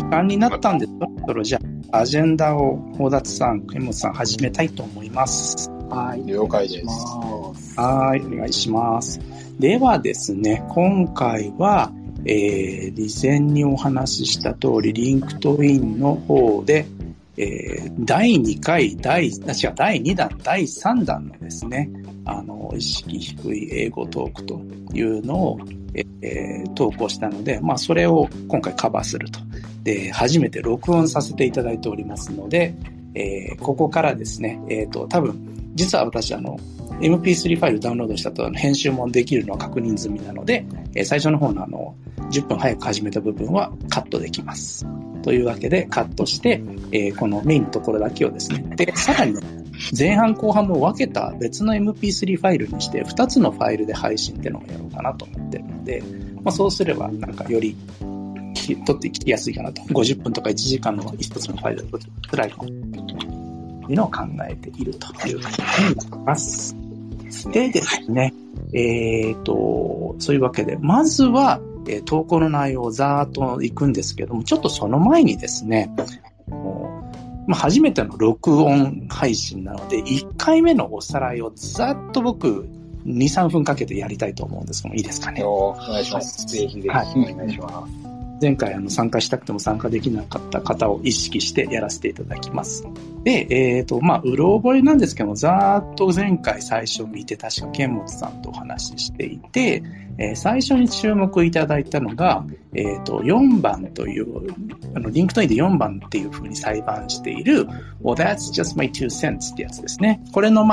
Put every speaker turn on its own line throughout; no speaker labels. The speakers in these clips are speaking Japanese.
間になったんで、そろそろじゃあ、アジェンダを、大達さん、江本さん、始めたいと思います。
はい。了解です。
はい、お願いします。ではですね、今回は、以前にお話しした通り、リンクトインの方で、第2回、第2弾、第3弾のですね、意識低い英語トークというのを、投稿したので、それを今回カバーすると。で、初めて録音させていただいておりますので、ここからですね、多分、実は私、MP3 ファイルダウンロードしたと編集もできるのは確認済みなので、最初の方の10分早く始めた部分はカットできます。というわけでカットして、このメインのところだけをですね、で、さらに前半後半も分けた別の MP3 ファイルにして2つのファイルで配信っていうのをやろうかなと思ってるので、そうすればなんかより撮って聞きやすいかなと。50分とか1時間の1つのファイルだと辛いかも。というのを考えているという感じになります。でですね、そういうわけで、まずは、投稿の内容をざーっといくんですけども、ちょっとその前にですね、初めての録音配信なので、1回目のおさらいをざっと僕、2、3分かけてやりたいと思うんですけども、いいですかね。
お願いします。ぜひぜひ、お願いします。
前回参加したくても参加できなかった方を意識してやらせていただきます。で、うろ覚えなんですけども、ざーっと前回最初見て、確か剣本さんとお話ししていて、最初に注目いただいたのが、4番という、リンクトインで4番っていう風に裁判している、Well, that's just my two cents ってやつですね。これの、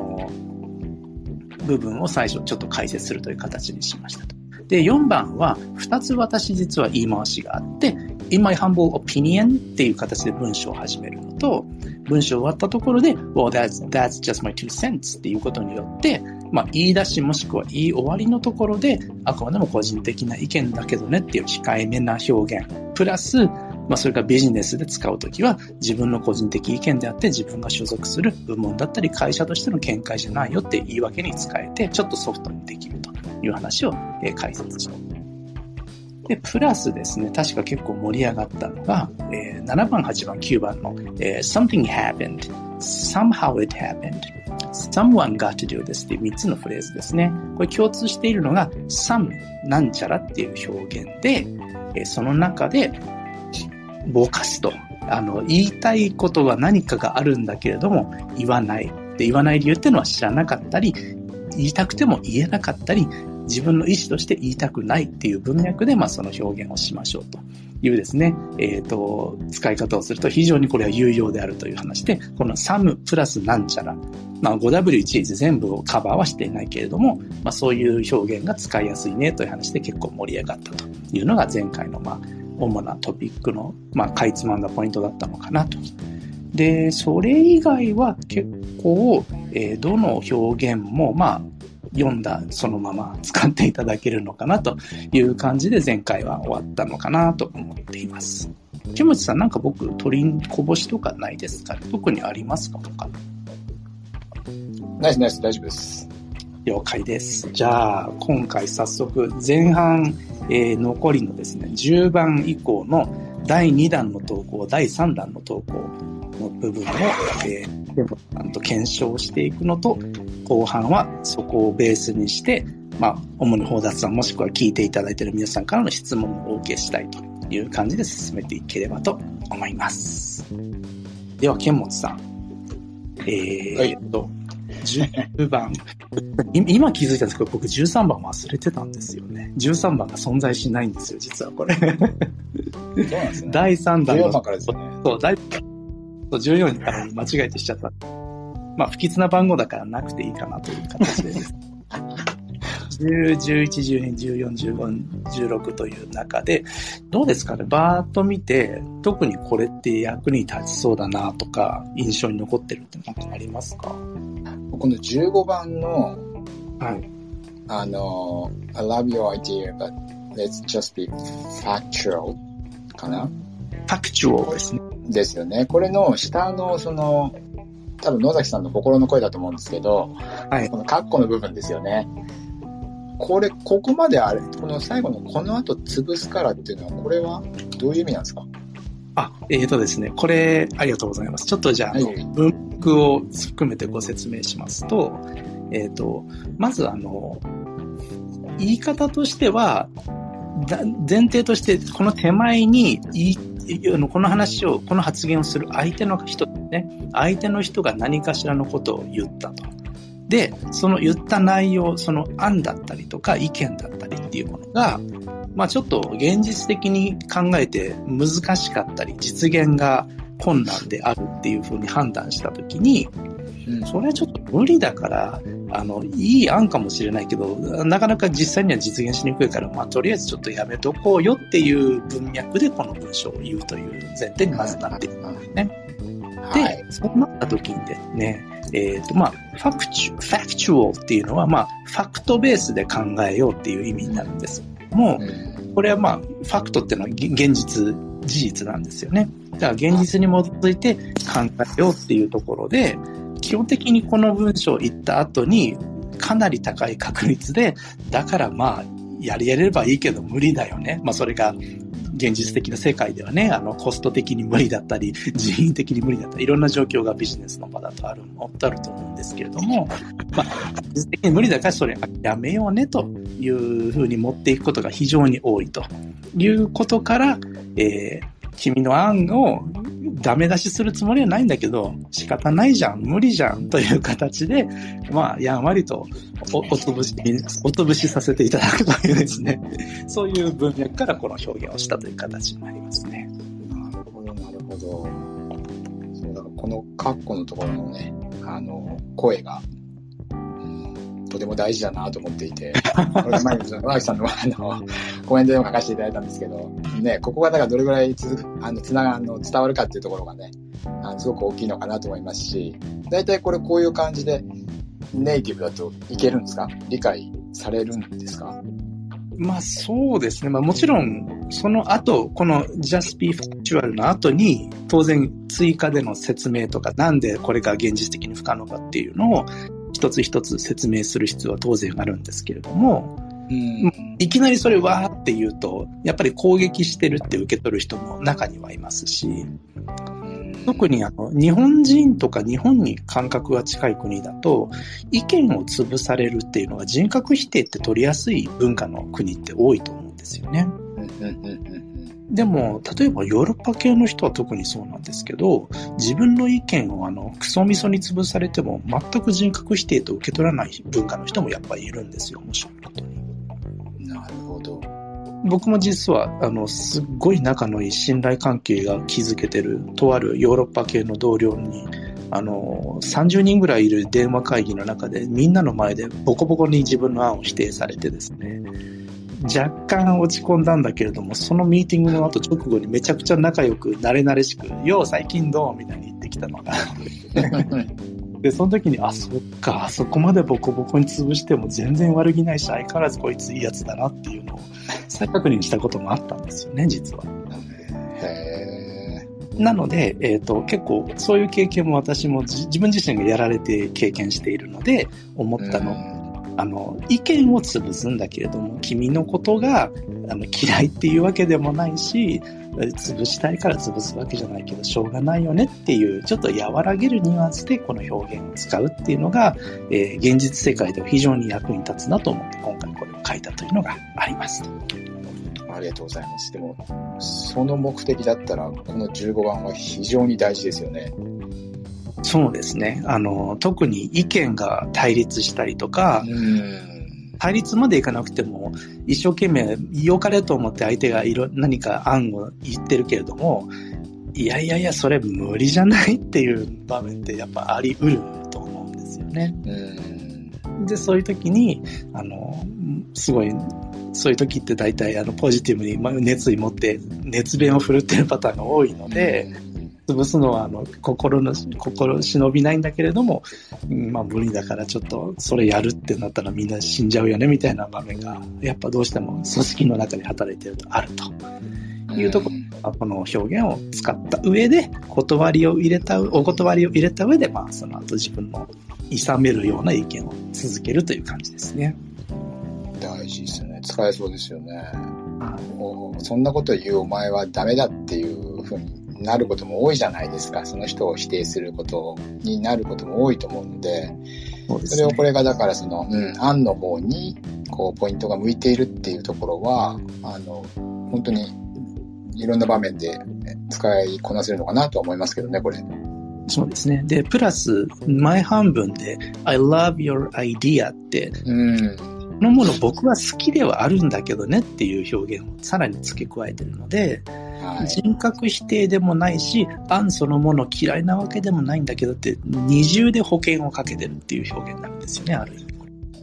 部分を最初ちょっと解説するという形にしましたと。で、4番は、2つ私実は言い回しがあって、in my humble opinion っていう形で文章を始めるのと、文章終わったところで、well, that's just my two cents っていうことによって、言い出しもしくは言い終わりのところで、あくまでも個人的な意見だけどねっていう控えめな表現、プラス、それからビジネスで使うときは自分の個人的意見であって自分が所属する部門だったり会社としての見解じゃないよって言い訳に使えてちょっとソフトにできるという話を解説します。で、プラスですね、確か結構盛り上がったのが、7番、8番、9番の、something happened, somehow it happened, someone got to do this っていう3つのフレーズですね。これ共通しているのが some なんちゃらっていう表現で、その中でぼかすと。言いたいことは何かがあるんだけれども、言わない。で、言わない理由っていうのは知らなかったり、言いたくても言えなかったり、自分の意思として言いたくないっていう文脈で、その表現をしましょうというですね、使い方をすると非常にこれは有用であるという話で、この some プラスなんちゃら、5W1 で全部をカバーはしていないけれども、そういう表現が使いやすいねという話で結構盛り上がったというのが前回の主なトピックの、かいつまんだポイントだったのかなと。で、それ以外は結構、どの表現も、読んだそのまま使っていただけるのかなという感じで前回は終わったのかなと思っています。木持さん、なんか僕、取りこぼしとかないですか？特にありますか？他。
ナイス、大丈夫です。
了解です。じゃあ、今回早速前半、残りのですね、10番以降の第2弾の投稿、第3弾の投稿の部分を、検証していくのと、後半はそこをベースにして、主に宝達さんもしくは聞いていただいている皆さんからの質問をお受けしたいという感じで進めていければと思います。では、剣本さん。10番。今気づいたんですけど、僕13番忘れてたんですよね。13番が存在しないんですよ、実はこれ。
そうなんですね。
第3弾の。
14番からですね。
そう、14から間違えてしちゃった。不吉な番号だからなくていいかなという形でです。10、11、12、14、15、16という中で、どうですかね、バーッと見て、特にこれって役に立ちそうだなとか、印象に残ってるって何かありますか？
この15番の、
はい。
I love your idea, but let's just be factual かな？
factual ですね。
ですよね。これの下の多分野崎さんの心の声だと思うんですけど、はい、このカッコの部分ですよね。ここまでこの最後のこの後潰すからっていうのは、これはどういう意味なんですか？
ですね、これ、ありがとうございます。ちょっとじゃあ、文句を含めてご説明しますと、まず言い方としては、前提として、この手前に、この発言をする相手の人が何かしらのことを言ったと。で、その言った内容、その案だったりとか意見だったりっていうものが、ちょっと現実的に考えて難しかったり、実現が困難であるっていうふうに判断したときに、それはちょっと無理だから、いい案かもしれないけど、なかなか実際には実現しにくいから、とりあえずちょっとやめとこうよっていう文脈でこの文章を言うという前提にまずなっているんですね。で、そうなった時にですね、ファクチュアルっていうのは、ファクトベースで考えようっていう意味になるんですけども、これはファクトっていうのは事実なんですよね。だから現実に基づいて考えようっていうところで、基本的にこの文章を言った後に、かなり高い確率で、だからやればいいけど無理だよね。それが、現実的な世界ではね、コスト的に無理だったり、人員的に無理だったり、いろんな状況がビジネスの場だとあると思うんですけれども、現実的に無理だからそれやめようねというふうに持っていくことが非常に多いということから、君の案をダメ出しするつもりはないんだけど、仕方ないじゃん、無理じゃんという形で、やんわりとお潰しさせていただくというですね、そういう文脈からこの表現をしたという形になりますね。
なるほど、なるほど。そうだからこの括弧のところのね、声が、とても大事だなと思っていて、これ前に野垣さんのコメントでも書かせていただいたんですけど、ね、ここがだからどれぐらい伝わるかっていうところがね、すごく大きいのかなと思いますし、大体こういう感じでネイティブだといけるんですか？理解されるんですか？
そうですね。もちろん、その後、この Just Be Factual の後に、当然追加での説明とか、なんでこれが現実的に不可能かっていうのを、一つ一つ説明する必要は当然あるんですけれども、いきなりそれわーって言うと、やっぱり攻撃してるって受け取る人も中にはいますし、特に日本人とか日本に感覚が近い国だと、意見を潰されるっていうのが人格否定って取りやすい文化の国って多いと思うんですよね。でも、例えばヨーロッパ系の人は特にそうなんですけど、自分の意見をクソみそに潰されても全く人格否定と受け取らない文化の人もやっぱりいるんですよ、面白いことに。
なるほど。
僕も実は、すっごい仲のいい信頼関係が築けてる、とあるヨーロッパ系の同僚に、30人ぐらいいる電話会議の中で、みんなの前でボコボコに自分の案を否定されてですね、若干落ち込んだんだけれども、そのミーティングの後直後にめちゃくちゃ仲良く慣れ慣れしく、よう最近どうみたいに言ってきたのが。で、その時に、そっか、あそこまでボコボコに潰しても全然悪気ないし、相変わらずこいついいやつだなっていうのを再確認したこともあったんですよね、実は。なので、結構そういう経験も私も自分自身がやられて経験しているので、思ったの。意見を潰すんだけれども、君のことが嫌いっていうわけでもないし、潰したいから潰すわけじゃないけど、しょうがないよねっていう、ちょっと和らげるニュアンスでこの表現を使うっていうのが、現実世界では非常に役に立つなと思って今回これを書いたというのがあります。
ありがとうございます。でも、その目的だったら、この15番は非常に大事ですよね。
そうですね。特に意見が対立したりとか、対立までいかなくても、一生懸命良かれと思って相手が何か案を言ってるけれども、いや、それ無理じゃないっていう場面ってやっぱあり得ると思うんですよね。で、そういう時に、すごい、そういう時って大体ポジティブに熱意持って熱弁を振るってるパターンが多いので、潰すのは心忍びないんだけれども、無理だからちょっとそれやるってなったらみんな死んじゃうよねみたいな場面がやっぱどうしても組織の中で働いてるとあるというところ、この表現を使った上でお断りを入れた上で、その後自分の諌めるような意見を続けるという感じですね。
大事ですね。使えそうですよね。そんなこと言うお前はダメだっていうふうになることも多いじゃないですか。その人を否定することになることも多いと思うので、それをこれがだから案の方に、ポイントが向いているっていうところは、本当にいろんな場面で使いこなせるのかなとは思いますけどね、これ。
そうですね。で、プラス、前半文で、I love your idea って、このもの僕は好きではあるんだけどねっていう表現をさらに付け加えているので、はい、人格否定でもないし、案そのもの嫌いなわけでもないんだけどって、二重で保険をかけてるっていう表現なんですよね、ある意味。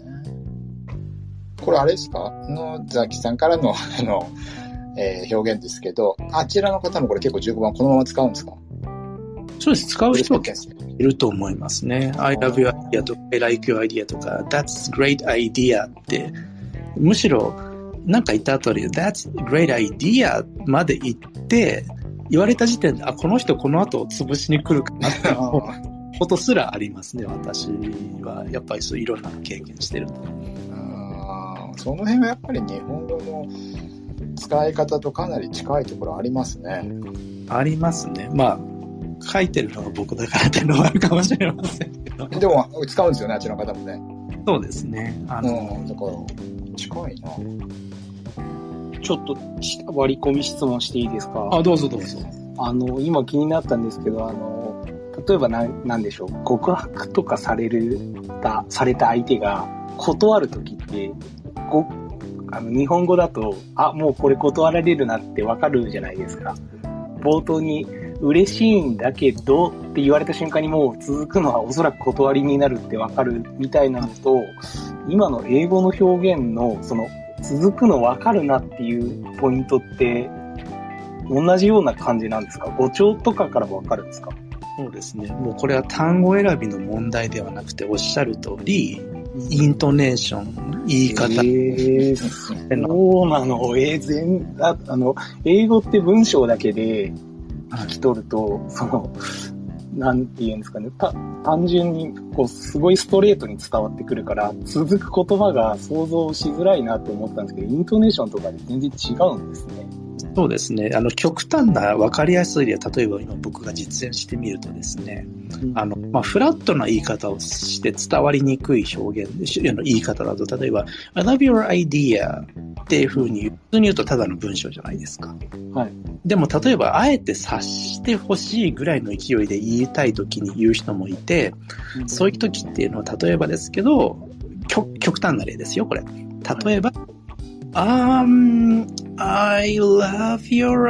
これあれですか？ザキさんからの、表現ですけど、あちらの方もこれ結構15番このまま使うんですか？
そうです。使う人は結構いると思いますね。I love your idea とか I like your idea とか That's great idea ってむしろなんか言った後に That's great idea まで言って言われた時点でこの人この後潰しに来るかなって思うことすらありますね。私はやっぱりそういろんなの経験してるんで。
その辺はやっぱり日本語の使い方とかなり近いところありますね。
ありますね。まあ書いてるのが僕だからっていうのはあるかもしれませんけど。
でも使うんですよね、あっちの方もね。
そうですね。
だから近いな。
ちょっと割り込み質問していいですか？
どうぞどうぞ。
今気になったんですけど、例えばなんでしょう、告白とかされた相手が断るときって、日本語だと、もうこれ断られるなってわかるじゃないですか。冒頭に、嬉しいんだけどって言われた瞬間にもう続くのはおそらく断りになるってわかるみたいなのと、今の英語の表現の続くのわかるなっていうポイントって同じような感じなんですか？語調とかからもわかるんですか？
そうですね。もうこれは単語選びの問題ではなくておっしゃる通り、イントネーション、言い方。
そうなの。英語って文章だけで聞き取ると、なんて言うんですかね。単純に、すごいストレートに伝わってくるから、続く言葉が想像しづらいなと思ったんですけど、イントネーションとかで全然違うんですね。
そうですね。極端な分かりやすい例えば今僕が実演してみるとですね、フラットな言い方をして伝わりにくい表現、言い方だと、例えば、I love your idea っていう風に普通に言うとただの文章じゃないですか。
はい。
でも例えば、あえて察してほしいぐらいの勢いで言いたい時に言う人もいて、そういう時っていうのは例えばですけど、極端な例ですよ、これ。例えば、I love your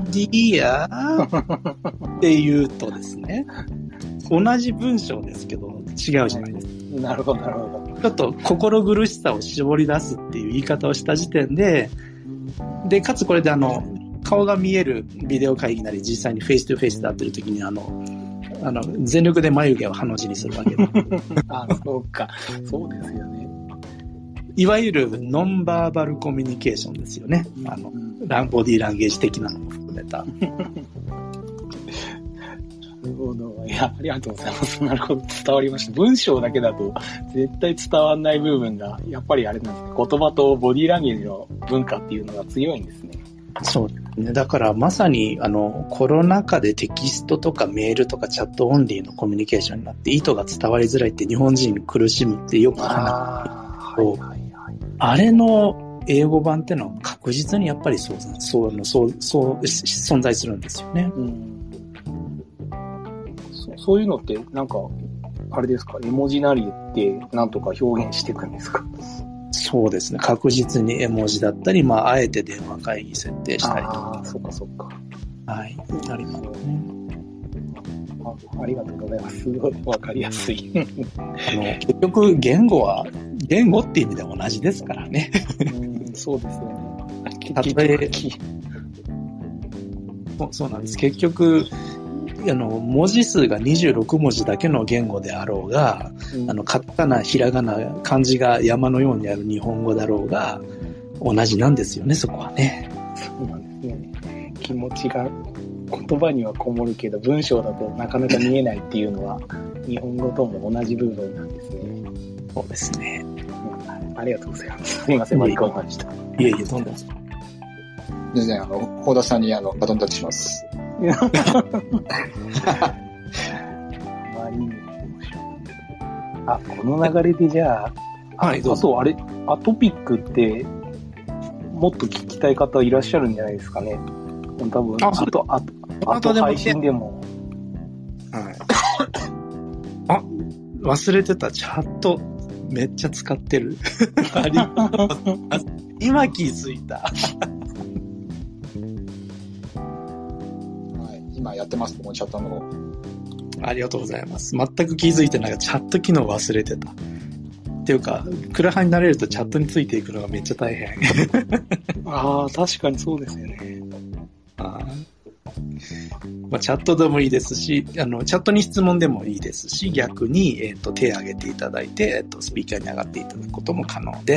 idea って言うとですね、同じ文章ですけど違うじゃないですか。
なるほど、なるほど。
ちょっと心苦しさを絞り出すっていう言い方をした時点で、かつこれで顔が見えるビデオ会議なり実際にフェイストゥフェイスで会ってる時に全力で眉毛をハの字にするわけで。
そうか。そうですよね。
いわゆるノンバーバルコミュニケーションですよね。ボディーランゲージ的なのも含めた。
なるほど。いや、ありがとうございます。なるほど。伝わりました。文章だけだと絶対伝わんない部分が、やっぱりあれなんですね。言葉とボディーランゲージの文化っていうのが強いんですね。
そうですね。だからまさにコロナ禍でテキストとかメールとかチャットオンリーのコミュニケーションになって意図が伝わりづらいって日本人苦しむってよく話すけど、あれの英語版ってのは確実にやっぱり存在するんですよね。
そういうのってなんかあれですか、絵文字なりってなんとか表現していくんですか？
そうですね。確実に絵文字だったり、あえて電話会議設定したりとか。
そっかそっか。
はい。ありますね。
ありがとうございます。すごいわかりやすい。
結局言語って意味で同じですからね。
そうですよね。
そうなんです。結局、文字数が26文字だけの言語であろうが、カタカナ、ひらがな、漢字が山のようにある日本語だろうが、同じなんですよね、そこはね。
そうなんですね。気持ちが言葉にはこもるけど、文章だとなかなか見えないっていうのは、日本語とも同じ部分なんですね。
そうですね。
ありがとうございます。すみません、割り込みました。
いえいえ、どんどん。
全然、大田さんにバトンタッチします。
まりにも面白い。あ、この流れでじゃあ、
はい、どうぞ。
あとあれ、トピックって、もっと聞きたい方いらっしゃるんじゃないですかね。多分、あと配信でも。
はい。あ、忘れてた。チャット、めっちゃ使ってる。ありがとうございます。今気づいた。
はい。今やってます、このチャットの方。
ありがとうございます。全く気づいてないが、チャット機能忘れてた。っていうか、クラハになれるとチャットについていくのがめっちゃ大変。
ああ、確かにそうですよね。
チャットでもいいですし、チャットに質問でもいいですし、逆に、手を挙げていただいて、スピーカーに上がっていただくことも可能です。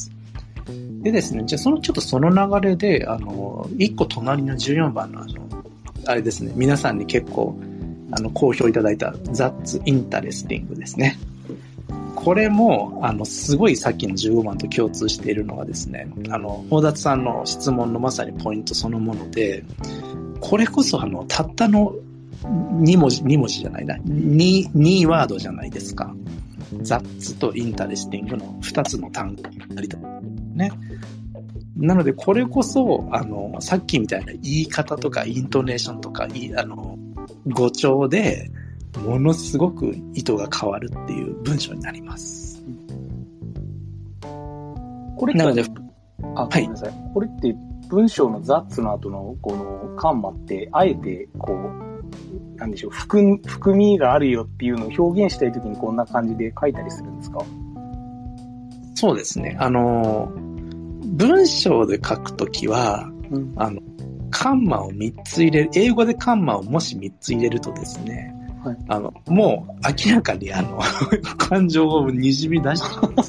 でですね、じゃあちょっとその流れで、1個隣の14番のあれですね、皆さんに結構、好評いただいた That's Interesting ですね。これも、すごいさっきの15番と共通しているのがですね、大達さんの質問のまさにポイントそのもので、これこそたったの2文字じゃないな、2ワードじゃないですか。That's と Interesting の2つの単語になりたいね。なので、これこそ、さっきみたいな言い方とかイントネーションとか、語調で、ものすごく意図が変わるっていう文章になります。
これ
なので、
ごめんなさい。これって文章のザッツの後のこのカンマって、あえてこう、なんでしょう、含みがあるよっていうのを表現したいときにこんな感じで書いたりするんですか？
そうですね。文章で書くときは、カンマを3つ入れる、英語でカンマをもし3つ入れるとですね、はい、もう明らかに感情をにじみ出してるんです。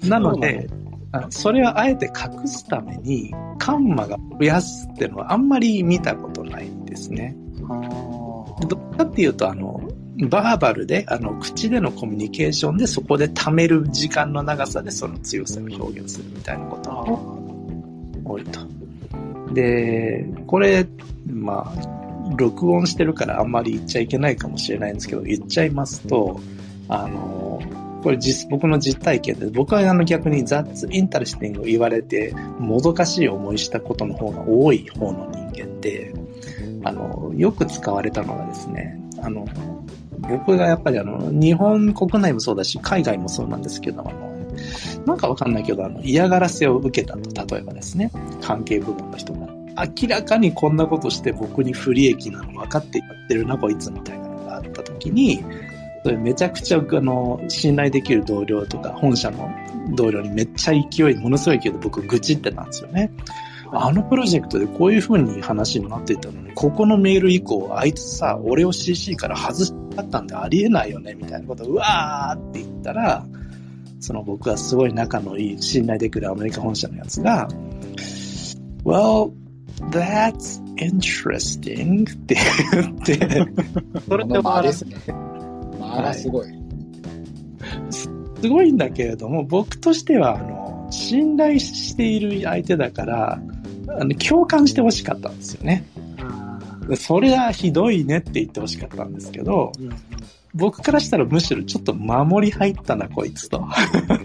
なので、それはあえて隠すためにカンマが増やすっていうのはあんまり見たことないんですね。どっかっていうとバーバルで口でのコミュニケーションでそこで貯める時間の長さでその強さを表現するみたいなことが多いと。で、これ録音してるからあんまり言っちゃいけないかもしれないんですけど、言っちゃいますと、これ僕の実体験で、僕は逆にThat's Interestingを言われて、もどかしい思いしたことの方が多い方の人間で、よく使われたのがですね、僕がやっぱり日本国内もそうだし、海外もそうなんですけど、なんかわかんないけど、嫌がらせを受けたと、例えばですね、関係部分の人が、明らかにこんなことして僕に不利益なの分かってやってるな、こいつみたいなのがあった時に、それめちゃくちゃ信頼できる同僚とか、本社の同僚にめっちゃものすごい勢いで僕愚痴ってたんですよね。プロジェクトでこういう風に話になっていたのに、ここのメール以降、あいつさ、俺を CC から外しちゃったんでありえないよね、みたいなことをうわーって言ったら、僕はすごい仲のいい、信頼できるアメリカ本社のやつが、Well, that's interesting って言って、
それでもですね。すごい。
すごいんだけれども、僕としては、信頼している相手だから、共感してほしかったんですよね。それはひどいねって言ってほしかったんですけど、僕からしたらむしろちょっと守り入ったな、こいつと。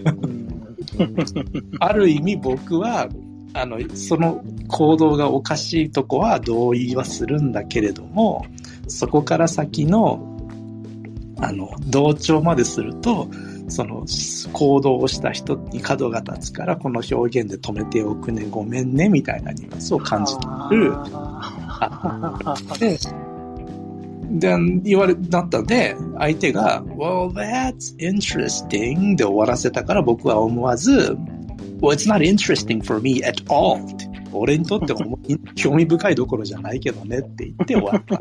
ある意味僕は、その行動がおかしいとこは同意はするんだけれども、そこから先の、同調まですると、その行動をした人に角が立つから、この表現で止めておくね、ごめんね、みたいなニュアンスを感じている。だったので、相手が、Well, that's interesting で終わらせたから、僕は思わず、Well, it's not interesting for me at all って。俺にとって興味深いどころじゃないけどねって言って終わった。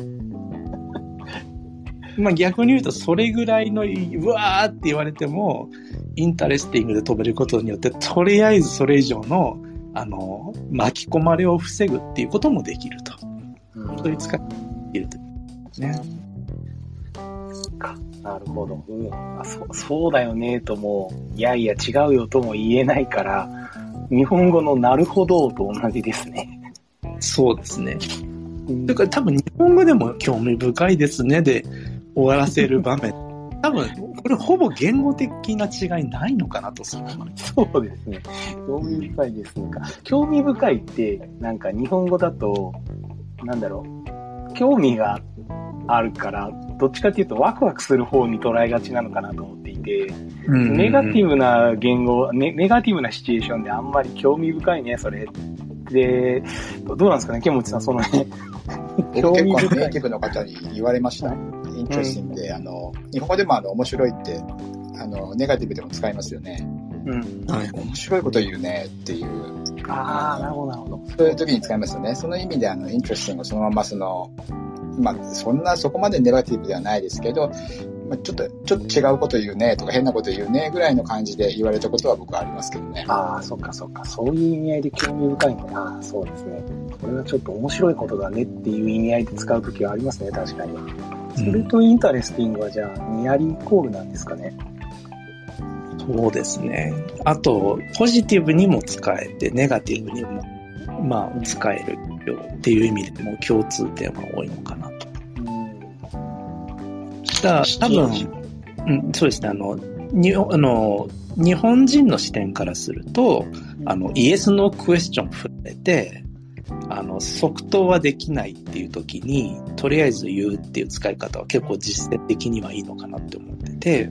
逆に言うと、それぐらいの、うわーって言われても、インタレスティングで飛べることによって、とりあえずそれ以上の、巻き込まれを防ぐっていうこともできると。そういう使いできると。ね。
なるほど。そうだよねとも、いやいや違うよとも言えないから、日本語のなるほどと同じですね。
そうですね。 だから多分日本語でも興味深いですねで終わらせる場面。多分、これほぼ言語的な違いないのかなとする。
そうですね。興味深いですね。興味深いって、なんか日本語だと、なんだろう、興味があるから、どっちかっていうとワクワクする方に捉えがちなのかなと思っていて、ネガティブな言語、ネガティブなシチュエーションであんまり興味深いね、それ。で、どうなんですかね、ケモチさん、そのね。
僕結構ネイティブの方に言われました。イントレスティングで、日本語でも面白いって、ネガティブでも使いますよね。
うん。
面白いこと言うねっていう。
ああ、なるほど、なるほど。
そういう時に使いますよね。その意味でイントレスティングをそのまままあ、そこまでネガティブではないですけど、まあ、ちょっと違うこと言うねとか変なこと言うねぐらいの感じで言われたことは僕はありますけどね。
ああ、そっかそっか。そういう意味合いで興味深いね。ああ、そうですね。これはちょっと面白いことだねっていう意味合いで使うときはありますね、確かに。それとインタレスティングはじゃあ、ニアリーイコールなんですかね。
そうですね。あと、ポジティブにも使えて、ネガティブにも、まあ、使えるよっていう意味でも共通点は多いのかなと。多分、そうですね。日本人の視点からすると、イエスのクエスチョン振られて、即答はできないっていう時に、とりあえず言うっていう使い方は結構実践的にはいいのかなって思ってて、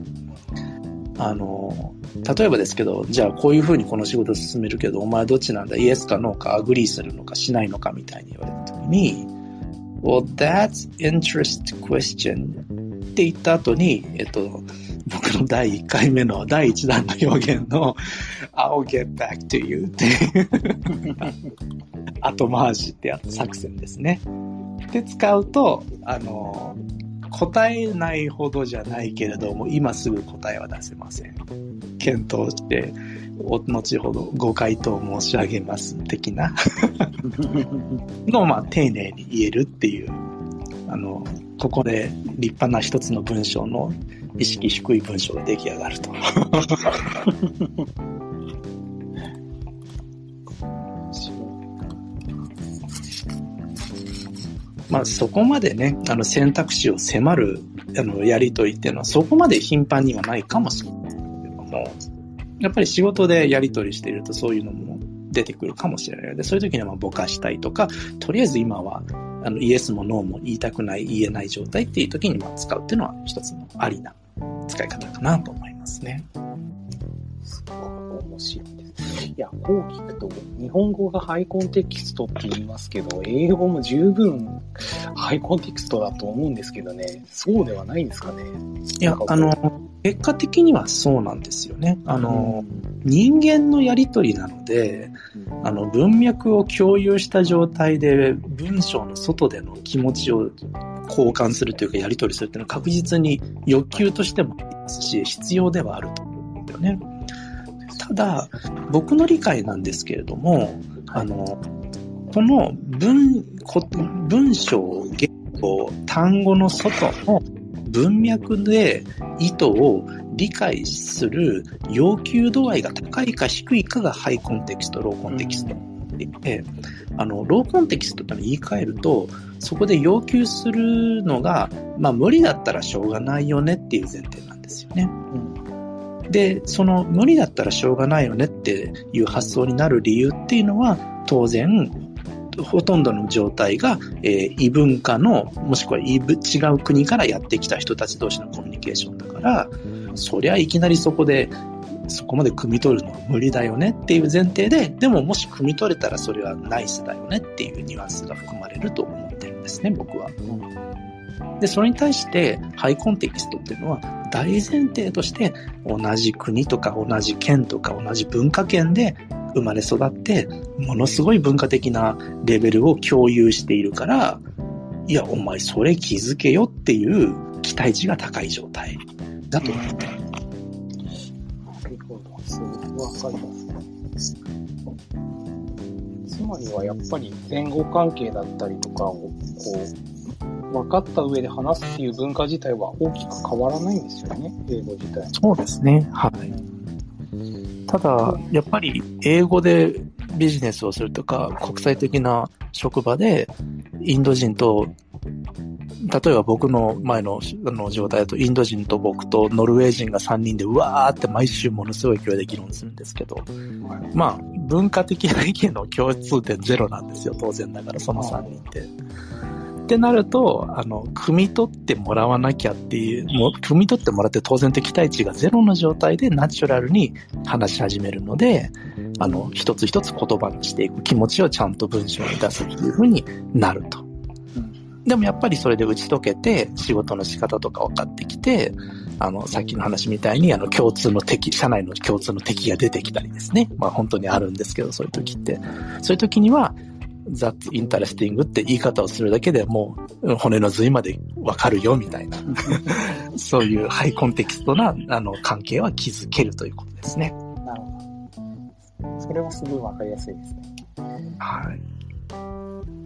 例えばですけど、じゃあこういう風にこの仕事を進めるけど、お前どっちなんだ？イエスかノーかアグリーするのかしないのかみたいに言われた時に、Well, that's interesting question って言った後に、僕の第1回目の第1弾の表現の I'll get back to you っていう後回しって作戦ですね。で使うと、答えないほどじゃないけれども、今すぐ答えは出せません。検討して、後ほどご回答申し上げます的なのを、まあ、丁寧に言えるっていう、ここで立派な一つの文章の意識低い文章が出来上がると。まあそこまでね、選択肢を迫る、やりとりっていうのはそこまで頻繁にはないかもしれないけれども、やっぱり仕事でやりとりしているとそういうのも出てくるかもしれないので、そういう時にはまあぼかしたいとか、とりあえず今は、イエスもノーも言いたくない、言えない状態っていう時にまあ使うっていうのは一つのありな使い方かなと思いますね。
すごく面白いです。いや、こう聞くと、日本語がハイコンテキストって言いますけど、英語も十分ハイコンテキストだと思うんですけどね、そうではないんですかね。
いや、結果的にはそうなんですよね。人間のやりとりなので、文脈を共有した状態で文章の外での気持ちを交換するというかやりとりするっていうのは確実に欲求としてもありますし、必要ではあると思うんだよね。ただ、僕の理解なんですけれども、この文章、言語、単語の外の文脈で意図を理解する要求度合いが高いか低いかがハイコンテキスト、ローコンテキストって言って、ローコンテキストと言い換えると、そこで要求するのが、まあ無理だったらしょうがないよねっていう前提なんですよね。で、その無理だったらしょうがないよねっていう発想になる理由っていうのは、当然、ほとんどの状態が、異文化の、もしくは違う国からやってきた人たち同士のコミュニケーションだから、そりゃいきなりそこまで汲み取るのは無理だよねっていう前提で、でももし汲み取れたらそれはナイスだよねっていうニュアンスが含まれると思ってるんですね、僕は。で、それに対してハイコンテキストっていうのは大前提として同じ国とか同じ県とか同じ文化圏で生まれ育ってものすごい文化的なレベルを共有しているから、いやお前それ気づけよっていう期待値が高い状態だと思ってる。な
るほど、すごくわかりますね。つまりはやっぱり前後関係だったりとかをこう分かった上で話すっていう文化自体は大きく変わらないんですよね、英語自体。
そうですね。はい。ただ、やっぱり英語でビジネスをするとか、国際的な職場で、インド人と、例えば僕の前の状態だと、インド人と僕とノルウェー人が3人で、うわーって毎週ものすごい勢いで議論するんですけど、まあ、文化的な意見の共通点ゼロなんですよ、当然ながら、その3人って。ってなると、汲み取ってもらわなきゃっていう、汲み取ってもらって当然的対値がゼロの状態でナチュラルに話し始めるので、一つ一つ言葉にしていく気持ちをちゃんと文章に出すっていう風になると。でもやっぱりそれで打ち解けて仕事の仕方とか分かってきて、さっきの話みたいに共通の敵、社内の共通の敵が出てきたりですね。まあ本当にあるんですけど、そういう時って。そういう時には、That's interesting って言い方をするだけでもう骨の髄までわかるよみたいなそういうハイコンテキストな関係は築けるということですね。
なるほど。それはすごいわかりやすいですね。
はい。